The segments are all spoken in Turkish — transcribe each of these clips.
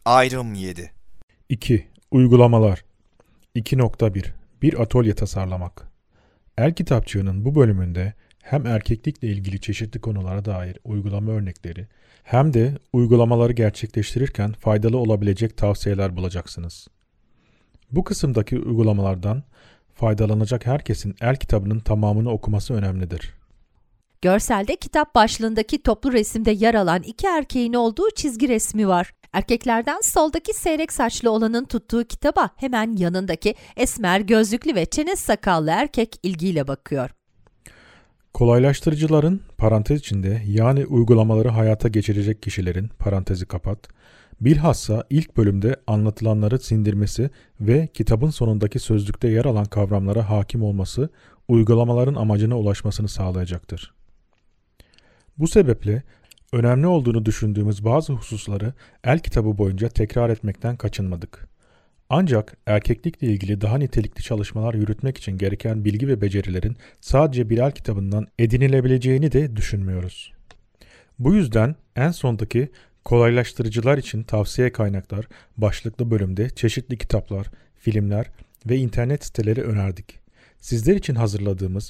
Ayrım 7. 2. Uygulamalar 2.1 Bir atölye tasarlamak. El Kitapçığı'nın bu bölümünde hem erkeklikle ilgili çeşitli konulara dair uygulama örnekleri hem de uygulamaları gerçekleştirirken faydalı olabilecek tavsiyeler bulacaksınız. Bu kısımdaki uygulamalardan faydalanacak herkesin el kitabının tamamını okuması önemlidir. Görselde kitap başlığındaki toplu resimde yer alan iki erkeğin olduğu çizgi resmi var. Erkeklerden soldaki seyrek saçlı olanın tuttuğu kitaba hemen yanındaki esmer gözlüklü ve çene sakallı erkek ilgiyle bakıyor. Kolaylaştırıcıların parantez içinde yani uygulamaları hayata geçirecek kişilerin parantezi kapat, bilhassa ilk bölümde anlatılanları sindirmesi ve kitabın sonundaki sözlükte yer alan kavramlara hakim olması uygulamaların amacına ulaşmasını sağlayacaktır. Bu sebeple önemli olduğunu düşündüğümüz bazı hususları el kitabı boyunca tekrar etmekten kaçınmadık. Ancak erkeklikle ilgili daha nitelikli çalışmalar yürütmek için gereken bilgi ve becerilerin sadece bir el kitabından edinilebileceğini de düşünmüyoruz. Bu yüzden en sondaki kolaylaştırıcılar için tavsiye kaynaklar başlıklı bölümde çeşitli kitaplar, filmler ve internet siteleri önerdik. Sizler için hazırladığımız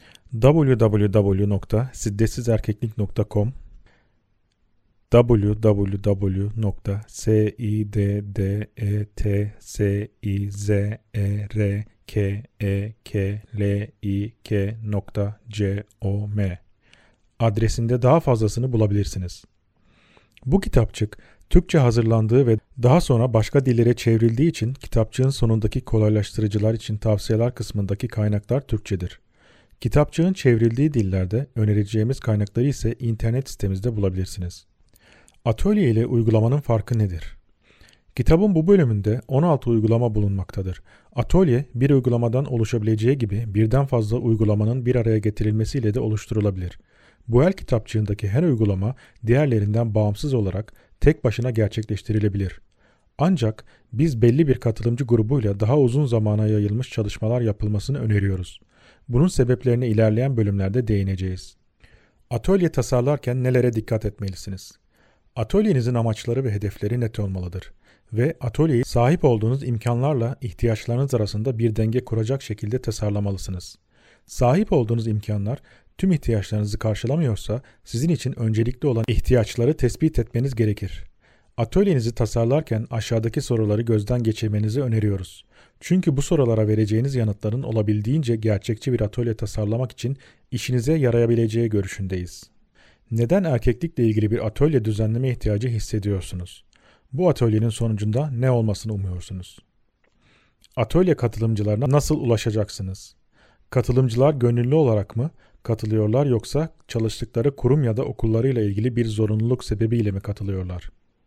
www.siddetsizerkeklik.com www.siddetsizerkeklik.com adresinde daha fazlasını bulabilirsiniz. Bu kitapçık Türkçe hazırlandığı ve daha sonra başka dillere çevrildiği için kitapçığın sonundaki kolaylaştırıcılar için tavsiyeler kısmındaki kaynaklar Türkçedir. Kitapçığın çevrildiği dillerde önereceğimiz kaynakları ise internet sitemizde bulabilirsiniz. Atölye ile uygulamanın farkı nedir? Kitabın bu bölümünde 16 uygulama bulunmaktadır. Atölye bir uygulamadan oluşabileceği gibi birden fazla uygulamanın bir araya getirilmesiyle de oluşturulabilir. Bu el kitapçığındaki her uygulama diğerlerinden bağımsız olarak tek başına gerçekleştirilebilir. Ancak biz belli bir katılımcı grubuyla daha uzun zamana yayılmış çalışmalar yapılmasını öneriyoruz. Bunun sebeplerine ilerleyen bölümlerde değineceğiz. Atölye tasarlarken nelere dikkat etmelisiniz? Atölyenizin amaçları ve hedefleri net olmalıdır ve atölyeyi sahip olduğunuz imkanlarla ihtiyaçlarınız arasında bir denge kuracak şekilde tasarlamalısınız. Sahip olduğunuz imkanlar tüm ihtiyaçlarınızı karşılamıyorsa sizin için öncelikli olan ihtiyaçları tespit etmeniz gerekir. Atölyenizi tasarlarken aşağıdaki soruları gözden geçirmenizi öneriyoruz. Çünkü bu sorulara vereceğiniz yanıtların olabildiğince gerçekçi bir atölye tasarlamak için işinize yarayabileceği görüşündeyiz. Neden erkeklikle ilgili bir atölye düzenleme ihtiyacı hissediyorsunuz? Bu atölyenin sonucunda ne olmasını umuyorsunuz? Atölye katılımcılarına nasıl ulaşacaksınız? Katılımcılar gönüllü olarak mı katılıyorlar yoksa çalıştıkları kurum ya da okullarıyla ilgili bir zorunluluk sebebiyle mi katılıyorlar?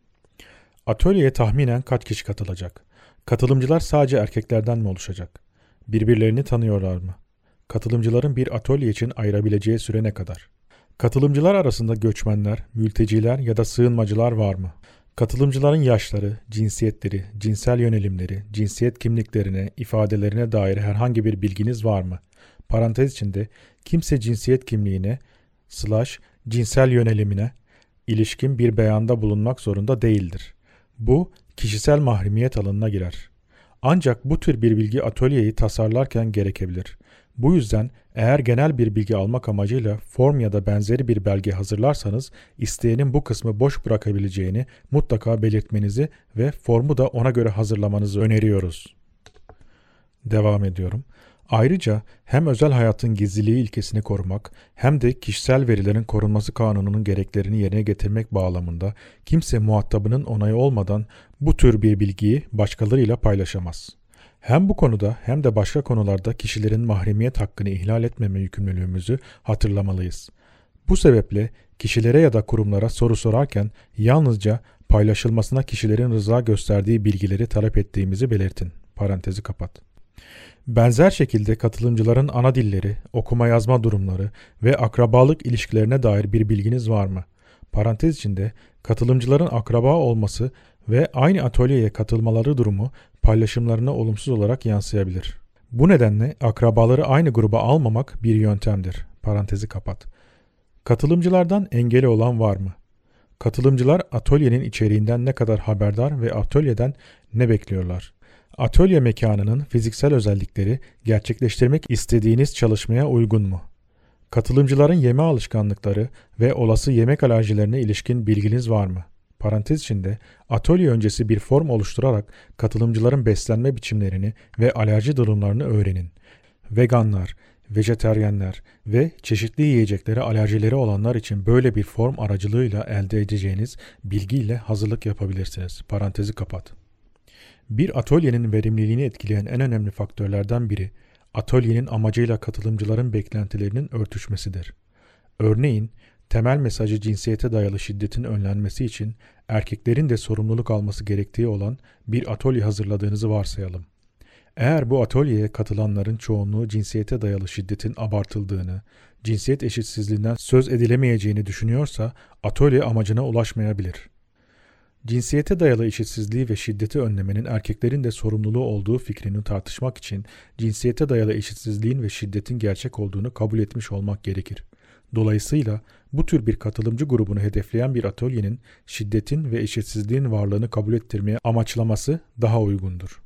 Atölyeye tahminen kaç kişi katılacak? Katılımcılar sadece erkeklerden mi oluşacak? Birbirlerini tanıyorlar mı? Katılımcıların bir atölye için ayırabileceği süre ne kadar? Katılımcılar arasında göçmenler, mülteciler ya da sığınmacılar var mı? Katılımcıların yaşları, cinsiyetleri, cinsel yönelimleri, cinsiyet kimliklerine, ifadelerine dair herhangi bir bilginiz var mı? Parantez içinde kimse cinsiyet kimliğine / cinsel yönelimine ilişkin bir beyanda bulunmak zorunda değildir. Bu kişisel mahremiyet alanına girer. Ancak bu tür bir bilgi atölyeyi tasarlarken gerekebilir. Bu yüzden eğer genel bir bilgi almak amacıyla form ya da benzeri bir belge hazırlarsanız isteyenin bu kısmı boş bırakabileceğini mutlaka belirtmenizi ve formu da ona göre hazırlamanızı öneriyoruz. Devam ediyorum. Ayrıca hem özel hayatın gizliliği ilkesini korumak hem de kişisel verilerin korunması kanununun gereklerini yerine getirmek bağlamında kimse muhatabının onayı olmadan bu tür bir bilgiyi başkalarıyla paylaşamaz. Hem bu konuda hem de başka konularda kişilerin mahremiyet hakkını ihlal etmeme yükümlülüğümüzü hatırlamalıyız. Bu sebeple kişilere ya da kurumlara soru sorarken yalnızca paylaşılmasına kişilerin rıza gösterdiği bilgileri talep ettiğimizi belirtin. Parantezi kapat. Benzer şekilde katılımcıların ana dilleri, okuma yazma durumları ve akrabalık ilişkilerine dair bir bilginiz var mı? Parantez içinde katılımcıların akraba olması ve aynı atölyeye katılmaları durumu paylaşımlarına olumsuz olarak yansıyabilir. Bu nedenle akrabaları aynı gruba almamak bir yöntemdir. Parantezi kapat. Katılımcılardan engeli olan var mı? Katılımcılar atölyenin içeriğinden ne kadar haberdar ve atölyeden ne bekliyorlar? Atölye mekanının fiziksel özellikleri gerçekleştirmek istediğiniz çalışmaya uygun mu? Katılımcıların yeme alışkanlıkları ve olası yemek alerjilerine ilişkin bilginiz var mı? Parantez içinde atölye öncesi bir form oluşturarak katılımcıların beslenme biçimlerini ve alerji durumlarını öğrenin. Veganlar, vejeteryenler ve çeşitli yiyeceklere alerjileri olanlar için böyle bir form aracılığıyla elde edeceğiniz bilgiyle hazırlık yapabilirsiniz. Parantezi kapat. Bir atölyenin verimliliğini etkileyen en önemli faktörlerden biri, atölyenin amacıyla katılımcıların beklentilerinin örtüşmesidir. Örneğin, temel mesajı cinsiyete dayalı şiddetin önlenmesi için erkeklerin de sorumluluk alması gerektiği olan bir atölye hazırladığınızı varsayalım. Eğer bu atölyeye katılanların çoğunluğu cinsiyete dayalı şiddetin abartıldığını, cinsiyet eşitsizliğinden söz edilemeyeceğini düşünüyorsa atölye amacına ulaşmayabilir. Cinsiyete dayalı eşitsizliği ve şiddeti önlemenin erkeklerin de sorumluluğu olduğu fikrini tartışmak için cinsiyete dayalı eşitsizliğin ve şiddetin gerçek olduğunu kabul etmiş olmak gerekir. Dolayısıyla bu tür bir katılımcı grubunu hedefleyen bir atölyenin şiddetin ve eşitsizliğin varlığını kabul ettirmeye amaçlaması daha uygundur.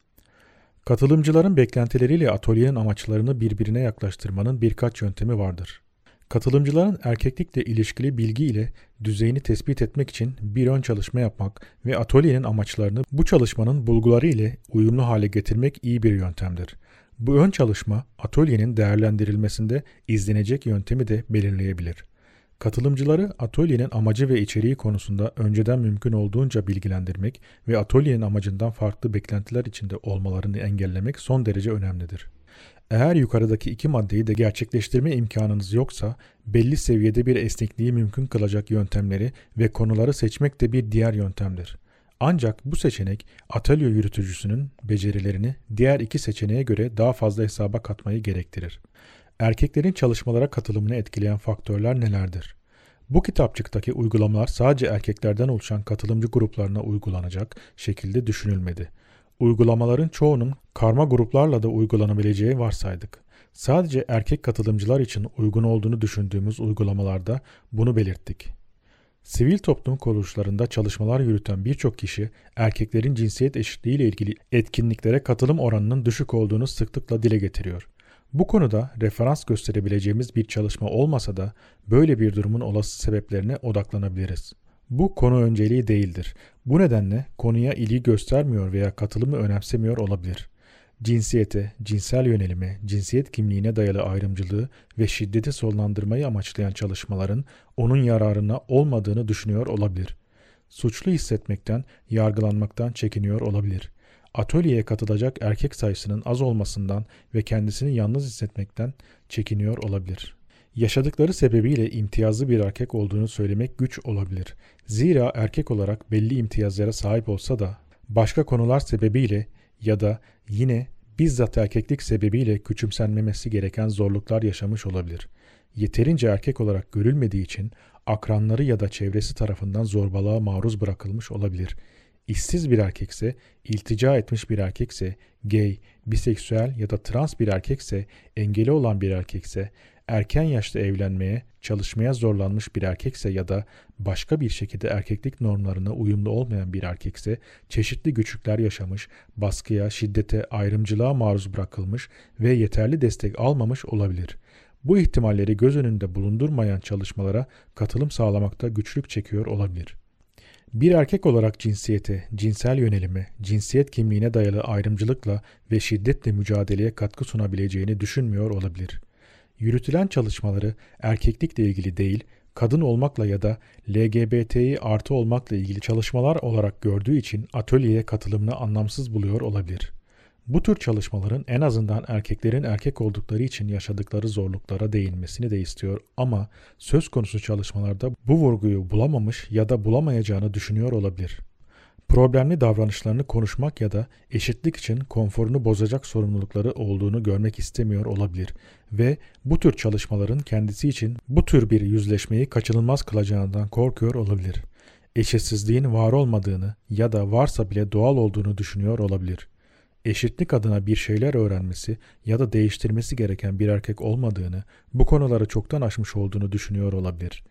Katılımcıların beklentileriyle atölyenin amaçlarını birbirine yaklaştırmanın birkaç yöntemi vardır. Katılımcıların erkeklikle ilişkili bilgi ile düzeyini tespit etmek için bir ön çalışma yapmak ve atölyenin amaçlarını bu çalışmanın bulguları ile uyumlu hale getirmek iyi bir yöntemdir. Bu ön çalışma atölyenin değerlendirilmesinde izlenecek yöntemi de belirleyebilir. Katılımcıları atölyenin amacı ve içeriği konusunda önceden mümkün olduğunca bilgilendirmek ve atölyenin amacından farklı beklentiler içinde olmalarını engellemek son derece önemlidir. Eğer yukarıdaki iki maddeyi de gerçekleştirme imkanınız yoksa, belli seviyede bir esnekliği mümkün kılacak yöntemleri ve konuları seçmek de bir diğer yöntemdir. Ancak bu seçenek atölye yürütücüsünün becerilerini diğer iki seçeneğe göre daha fazla hesaba katmayı gerektirir. Erkeklerin çalışmalara katılımını etkileyen faktörler nelerdir? Bu kitapçıktaki uygulamalar sadece erkeklerden oluşan katılımcı gruplarına uygulanacak şekilde düşünülmedi. Uygulamaların çoğunun karma gruplarla da uygulanabileceği varsaydık. Sadece erkek katılımcılar için uygun olduğunu düşündüğümüz uygulamalarda bunu belirttik. Sivil toplum kuruluşlarında çalışmalar yürüten birçok kişi erkeklerin cinsiyet eşitliği ile ilgili etkinliklere katılım oranının düşük olduğunu sıklıkla dile getiriyor. Bu konuda referans gösterebileceğimiz bir çalışma olmasa da böyle bir durumun olası sebeplerine odaklanabiliriz. Bu konu önceliği değildir. Bu nedenle konuya ilgi göstermiyor veya katılımı önemsemiyor olabilir. Cinsiyete, cinsel yönelime, cinsiyet kimliğine dayalı ayrımcılığı ve şiddeti sonlandırmayı amaçlayan çalışmaların onun yararına olmadığını düşünüyor olabilir. Suçlu hissetmekten, yargılanmaktan çekiniyor olabilir. Atölyeye katılacak erkek sayısının az olmasından ve kendisini yalnız hissetmekten çekiniyor olabilir. Yaşadıkları sebebiyle imtiyazlı bir erkek olduğunu söylemek güç olabilir. Zira erkek olarak belli imtiyazlara sahip olsa da başka konular sebebiyle ya da yine bizzat erkeklik sebebiyle küçümsenmemesi gereken zorluklar yaşamış olabilir. Yeterince erkek olarak görülmediği için akranları ya da çevresi tarafından zorbalığa maruz bırakılmış olabilir. İşsiz bir erkekse, iltica etmiş bir erkekse, gay, biseksüel ya da trans bir erkekse, engeli olan bir erkekse, erken yaşta evlenmeye, çalışmaya zorlanmış bir erkekse ya da başka bir şekilde erkeklik normlarına uyumlu olmayan bir erkekse, çeşitli güçlükler yaşamış, baskıya, şiddete, ayrımcılığa maruz bırakılmış ve yeterli destek almamış olabilir. Bu ihtimalleri göz önünde bulundurmayan çalışmalara katılım sağlamakta güçlük çekiyor olabilir. Bir erkek olarak cinsiyete, cinsel yönelime, cinsiyet kimliğine dayalı ayrımcılıkla ve şiddetle mücadeleye katkı sunabileceğini düşünmüyor olabilir. Yürütülen çalışmaları erkeklikle ilgili değil, kadın olmakla ya da LGBTİ artı olmakla ilgili çalışmalar olarak gördüğü için atölyeye katılımını anlamsız buluyor olabilir. Bu tür çalışmaların en azından erkeklerin erkek oldukları için yaşadıkları zorluklara değinmesini de istiyor ama söz konusu çalışmalarda bu vurguyu bulamamış ya da bulamayacağını düşünüyor olabilir. Problemli davranışlarını konuşmak ya da eşitlik için konforunu bozacak sorumlulukları olduğunu görmek istemiyor olabilir ve bu tür çalışmaların kendisi için bu tür bir yüzleşmeyi kaçınılmaz kılacağından korkuyor olabilir. Eşitsizliğin var olmadığını ya da varsa bile doğal olduğunu düşünüyor olabilir. Eşitlik adına bir şeyler öğrenmesi ya da değiştirmesi gereken bir erkek olmadığını, bu konuları çoktan aşmış olduğunu düşünüyor olabilir.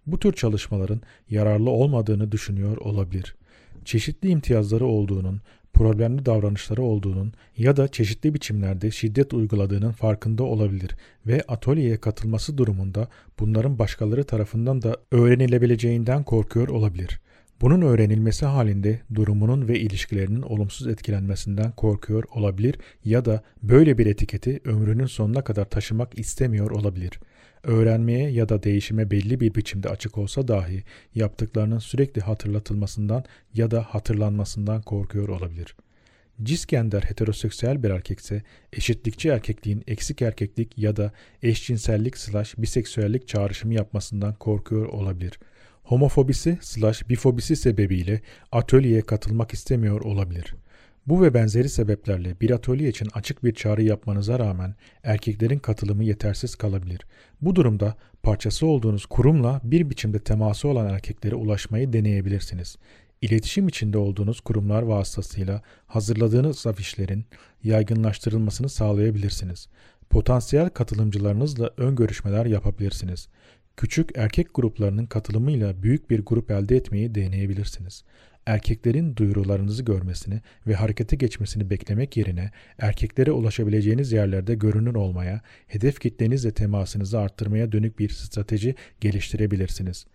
Bu tür çalışmaların yararlı olmadığını düşünüyor olabilir. Çeşitli imtiyazları olduğunun, problemli davranışları olduğunun ya da çeşitli biçimlerde şiddet uyguladığının farkında olabilir ve atölyeye katılması durumunda bunların başkaları tarafından da öğrenilebileceğinden korkuyor olabilir. Bunun öğrenilmesi halinde durumunun ve ilişkilerinin olumsuz etkilenmesinden korkuyor olabilir ya da böyle bir etiketi ömrünün sonuna kadar taşımak istemiyor olabilir. Öğrenmeye ya da değişime belli bir biçimde açık olsa dahi yaptıklarının sürekli hatırlatılmasından ya da hatırlanmasından korkuyor olabilir. Cisgender heteroseksüel bir erkekse eşitlikçi erkekliğin eksik erkeklik ya da eşcinsellik/biseksüellik çağrışımı yapmasından korkuyor olabilir. Homofobisi/bifobisi sebebiyle atölyeye katılmak istemiyor olabilir. Bu ve benzeri sebeplerle bir atölye için açık bir çağrı yapmanıza rağmen erkeklerin katılımı yetersiz kalabilir. Bu durumda parçası olduğunuz kurumla bir biçimde teması olan erkeklere ulaşmayı deneyebilirsiniz. İletişim içinde olduğunuz kurumlar vasıtasıyla hazırladığınız afişlerin yaygınlaştırılmasını sağlayabilirsiniz. Potansiyel katılımcılarınızla ön görüşmeler yapabilirsiniz. Küçük erkek gruplarının katılımıyla büyük bir grup elde etmeyi deneyebilirsiniz. Erkeklerin duyurularınızı görmesini ve harekete geçmesini beklemek yerine erkeklere ulaşabileceğiniz yerlerde görünür olmaya, hedef kitlenizle temasınızı arttırmaya dönük bir strateji geliştirebilirsiniz.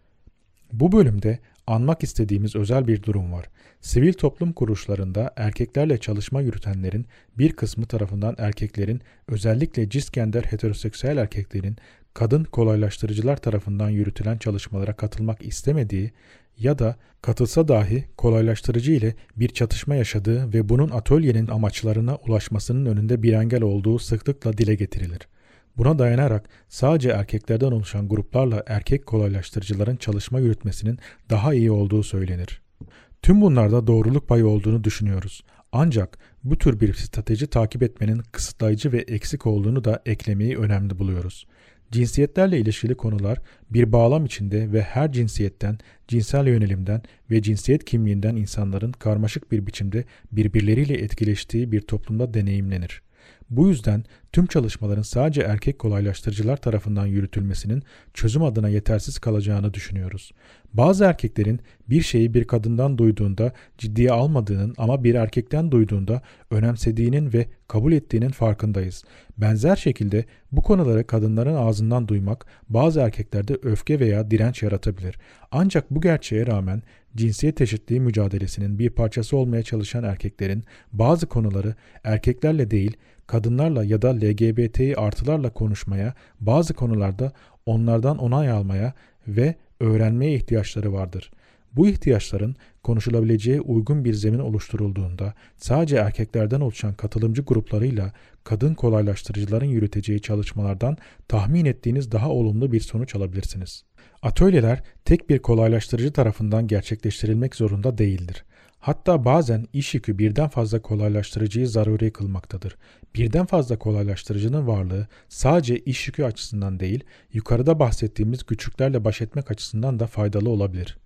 Bu bölümde anmak istediğimiz özel bir durum var. Sivil toplum kuruluşlarında erkeklerle çalışma yürütenlerin bir kısmı tarafından erkeklerin, özellikle cisgender heteroseksüel erkeklerin kadın kolaylaştırıcılar tarafından yürütülen çalışmalara katılmak istemediği ya da katılsa dahi kolaylaştırıcı ile bir çatışma yaşadığı ve bunun atölyenin amaçlarına ulaşmasının önünde bir engel olduğu sıklıkla dile getirilir. Buna dayanarak sadece erkeklerden oluşan gruplarla erkek kolaylaştırıcıların çalışma yürütmesinin daha iyi olduğu söylenir. Tüm bunlarda doğruluk payı olduğunu düşünüyoruz. Ancak bu tür bir strateji takip etmenin kısıtlayıcı ve eksik olduğunu da eklemeyi önemli buluyoruz. Cinsiyetlerle ilişkili konular bir bağlam içinde ve her cinsiyetten, cinsel yönelimden ve cinsiyet kimliğinden insanların karmaşık bir biçimde birbirleriyle etkileştiği bir toplumda deneyimlenir. Bu yüzden tüm çalışmaların sadece erkek kolaylaştırıcılar tarafından yürütülmesinin çözüm adına yetersiz kalacağını düşünüyoruz. Bazı erkeklerin bir şeyi bir kadından duyduğunda ciddiye almadığının ama bir erkekten duyduğunda önemsediğinin ve kabul ettiğinin farkındayız. Benzer şekilde bu konuları kadınların ağzından duymak bazı erkeklerde öfke veya direnç yaratabilir. Ancak bu gerçeğe rağmen cinsiyet eşitliği mücadelesinin bir parçası olmaya çalışan erkeklerin bazı konuları erkeklerle değil, kadınlarla ya da LGBTİ artılarla konuşmaya, bazı konularda onlardan onay almaya ve öğrenmeye ihtiyaçları vardır. Bu ihtiyaçların konuşulabileceği uygun bir zemin oluşturulduğunda sadece erkeklerden oluşan katılımcı gruplarıyla kadın kolaylaştırıcıların yürüteceği çalışmalardan tahmin ettiğiniz daha olumlu bir sonuç alabilirsiniz. Atölyeler tek bir kolaylaştırıcı tarafından gerçekleştirilmek zorunda değildir. Hatta bazen iş yükü birden fazla kolaylaştırıcıyı zaruri kılmaktadır. Birden fazla kolaylaştırıcının varlığı sadece iş yükü açısından değil, yukarıda bahsettiğimiz güçlüklerle baş etmek açısından da faydalı olabilir.